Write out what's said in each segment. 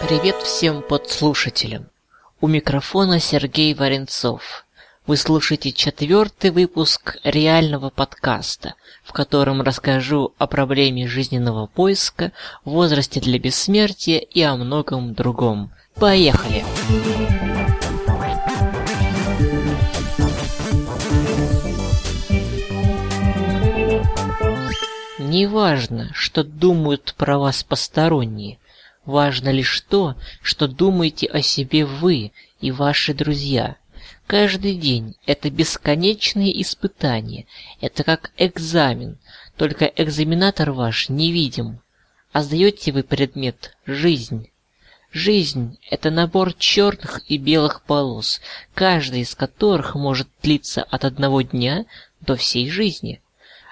Привет всем подслушателям. У микрофона Сергей Варенцов. Вы слушаете 4-й выпуск реального подкаста, в котором расскажу о проблеме жизненного поиска, возрасте для бессмертия и о многом другом. Поехали! Не важно, что думают про вас посторонние. Важно лишь то, что думаете о себе вы и ваши друзья. Каждый день это бесконечные испытания. Это как экзамен, только экзаменатор ваш невидим. А сдаете вы предмет «Жизнь». Жизнь — это набор черных и белых полос, каждая из которых может длиться от одного дня до всей жизни.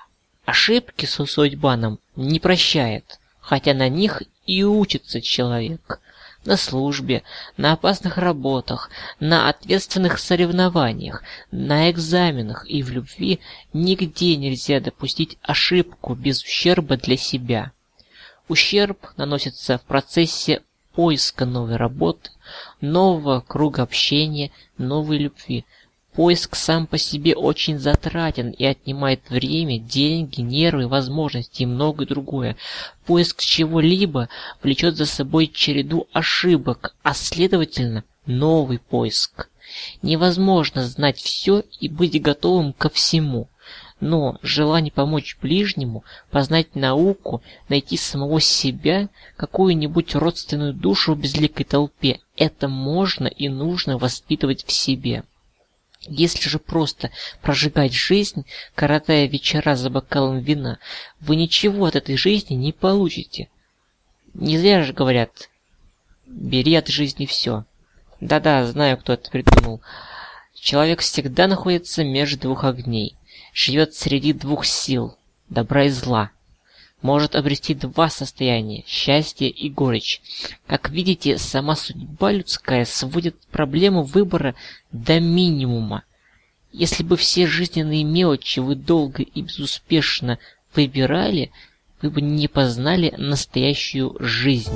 Ошибки судьба нам не прощает, хотя на них и учится человек. На службе, на опасных работах, на ответственных соревнованиях, на экзаменах и в любви нигде нельзя допустить ошибку без ущерба для себя. Ущерб наносится в процессе поиска новой работы, нового круга общения, новой любви. Поиск сам по себе очень затратен и отнимает время, деньги, нервы, возможности и многое другое. Поиск чего-либо влечет за собой череду ошибок, а следовательно, новый поиск. Невозможно знать все и быть готовым ко всему. Но желание помочь ближнему, познать науку, найти самого себя, какую-нибудь родственную душу в безликой толпе — это можно и нужно воспитывать в себе. Если же просто прожигать жизнь, коротая вечера за бокалом вина, вы ничего от этой жизни не получите. Не зря же говорят: бери от жизни все. Да-да, знаю, кто это придумал. Человек всегда находится между двух огней, живет среди двух сил, добра и зла. Может обрести два состояния – счастье и горечь. Как видите, сама судьба людская сводит проблему выбора до минимума. Если бы все жизненные мелочи вы долго и безуспешно выбирали, вы бы не познали настоящую жизнь.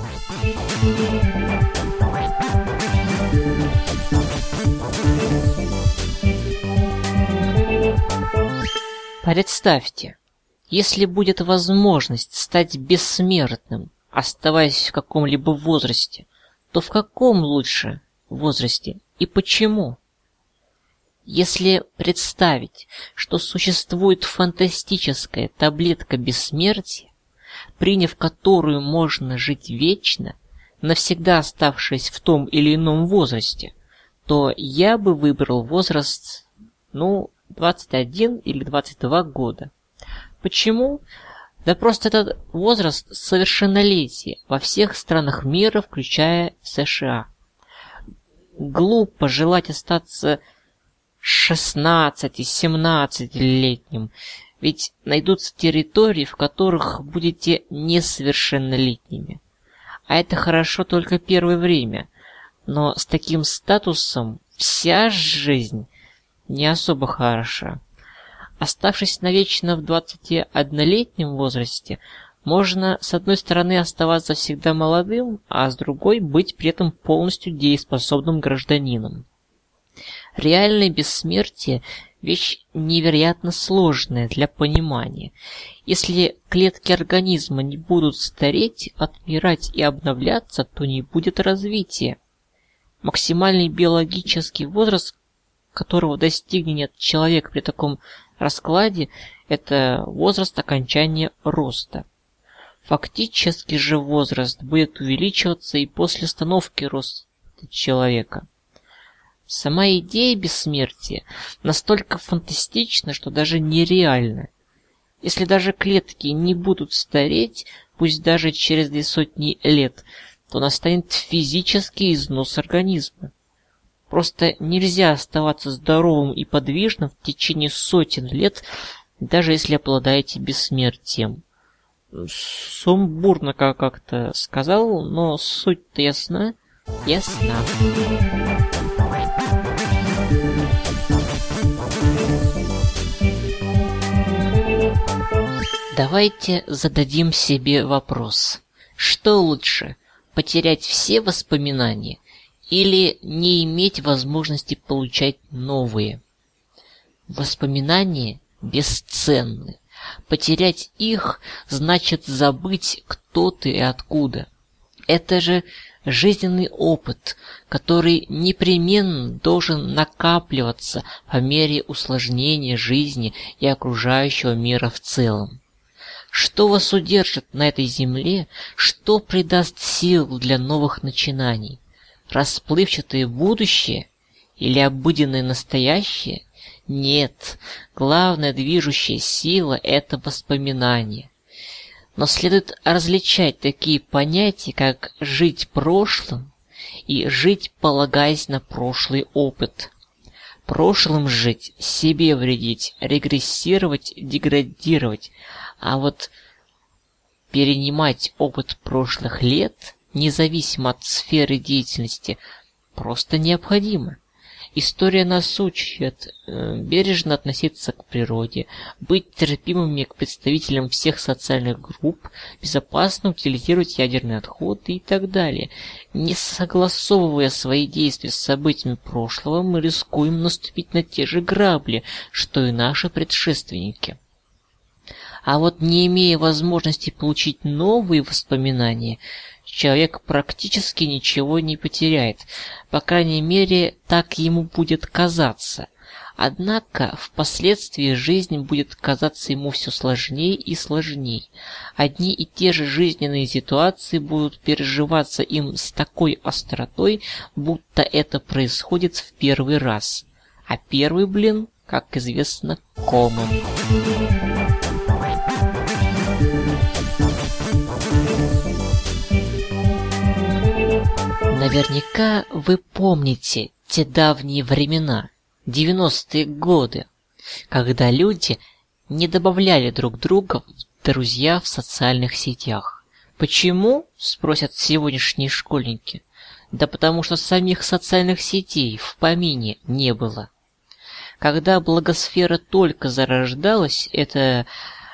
Представьте, если будет возможность стать бессмертным, оставаясь в каком-либо возрасте, то в каком лучше возрасте и почему? Если представить, что существует фантастическая таблетка бессмертия, приняв которую можно жить вечно, навсегда оставшись в том или ином возрасте, то я бы выбрал возраст, 21 или 22 года. Почему? Да просто этот возраст совершеннолетия во всех странах мира, включая США. Глупо желать остаться 16-17-летним, ведь найдутся территории, в которых будете несовершеннолетними. А это хорошо только первое время, но с таким статусом вся жизнь не особо хороша. Оставшись навечно в 21-летнем возрасте, можно, с одной стороны, оставаться всегда молодым, а с другой быть при этом полностью дееспособным гражданином. Реальное бессмертие – вещь невероятно сложная для понимания. Если клетки организма не будут стареть, отмирать и обновляться, то не будет развития. Максимальный биологический возраст, которого достигнет человек при таком раскладе, это возраст окончания роста. Фактически же возраст будет увеличиваться и после остановки роста человека. Сама идея бессмертия настолько фантастична, что даже нереальна. Если даже клетки не будут стареть, пусть даже через 200 лет, то настанет физический износ организма. Просто нельзя оставаться здоровым и подвижным в течение сотен лет, даже если обладаете бессмертием. Сумбурно как-то сказал, но суть-то ясна. Ясна. Давайте зададим себе вопрос. Что лучше, потерять все воспоминания или не иметь возможности получать новые? Воспоминания бесценны. Потерять их значит забыть, кто ты и откуда. Это же жизненный опыт, который непременно должен накапливаться по мере усложнения жизни и окружающего мира в целом. Что вас удержит на этой земле, что придаст сил для новых начинаний? Расплывчатое будущее или обыденное настоящее? Нет, главная движущая сила – это воспоминание. Но следует различать такие понятия, как «жить прошлым» и «жить, полагаясь на прошлый опыт». Прошлым жить, себе вредить, регрессировать, деградировать, а вот перенимать опыт прошлых лет, независимо от сферы деятельности, просто необходимо. История нас учит бережно относиться к природе, быть терпимыми к представителям всех социальных групп, безопасно утилизировать ядерные отходы и так далее. Не согласовывая свои действия с событиями прошлого, мы рискуем наступить на те же грабли, что и наши предшественники. А вот не имея возможности получить новые воспоминания, человек практически ничего не потеряет, по крайней мере, так ему будет казаться. Однако, впоследствии жизнь будет казаться ему все сложнее и сложнее. Одни и те же жизненные ситуации будут переживаться им с такой остротой, будто это происходит в первый раз. А первый блин, как известно, комом. Наверняка вы помните те давние времена, 90-е годы, когда люди не добавляли друг друга в друзья в социальных сетях. Почему? Спросят сегодняшние школьники. Да потому что самих социальных сетей в помине не было. Когда блогосфера только зарождалась, это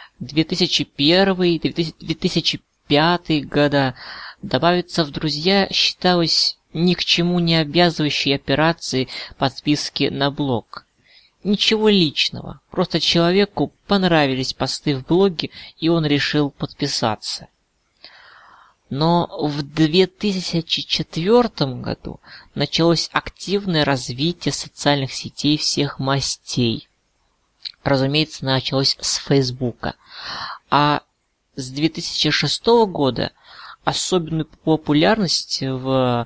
2001-2005 года, добавиться в друзья считалось ни к чему не обязывающей операцией подписки на блог. Ничего личного, просто человеку понравились посты в блоге, и он решил подписаться. Но в 2004 году началось активное развитие социальных сетей всех мастей. Разумеется, началось с Фейсбука. А с 2006 года особенную популярность в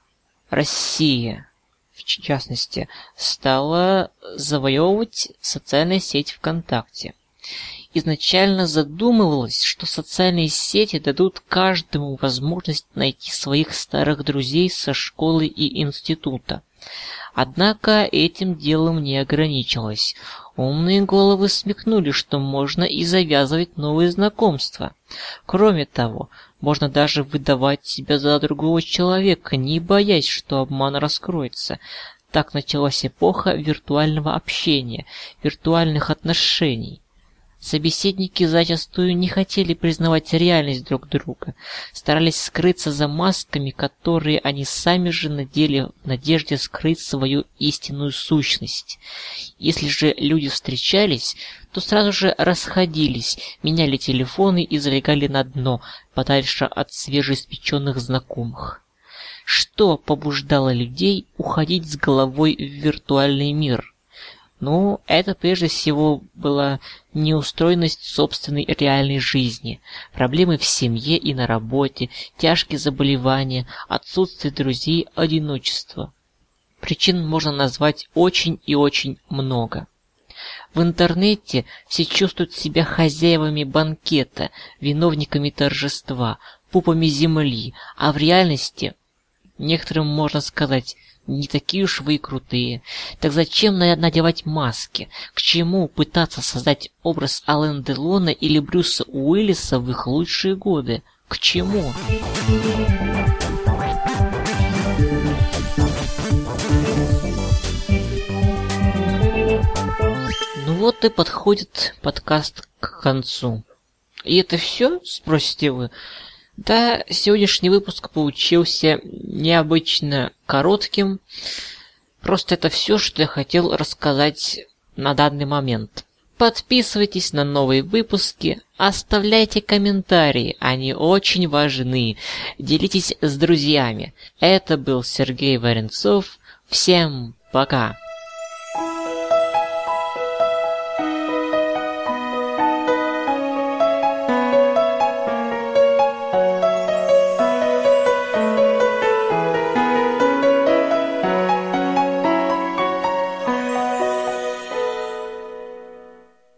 России, в частности, стала завоевывать социальная сеть ВКонтакте. Изначально задумывалось, что социальные сети дадут каждому возможность найти своих старых друзей со школы и института. Однако этим делом не ограничилось. Умные головы смекнули, что можно и завязывать новые знакомства. Кроме того, можно даже выдавать себя за другого человека, не боясь, что обман раскроется. Так началась эпоха виртуального общения, виртуальных отношений. Собеседники зачастую не хотели признавать реальность друг друга, старались скрыться за масками, которые они сами же надели в надежде скрыть свою истинную сущность. Если же люди встречались, то сразу же расходились, меняли телефоны и залегали на дно, подальше от свежеиспеченных знакомых. Что побуждало людей уходить с головой в виртуальный мир? Ну, это прежде всего была неустроенность собственной реальной жизни, проблемы в семье и на работе, тяжкие заболевания, отсутствие друзей, одиночество. Причин можно назвать очень и очень много. В интернете все чувствуют себя хозяевами банкета, виновниками торжества, пупами земли, а в реальности некоторым можно сказать: не такие уж вы и крутые. Так зачем надевать маски? К чему пытаться создать образ Алена Делона или Брюса Уиллиса в их лучшие годы? К чему? Ну вот и подходит подкаст к концу. И это все, спросите вы? Да, сегодняшний выпуск получился необычно коротким. Просто это все, что я хотел рассказать на данный момент. Подписывайтесь на новые выпуски, оставляйте комментарии, они очень важны. Делитесь с друзьями. Это был Сергей Варенцов. Всем пока!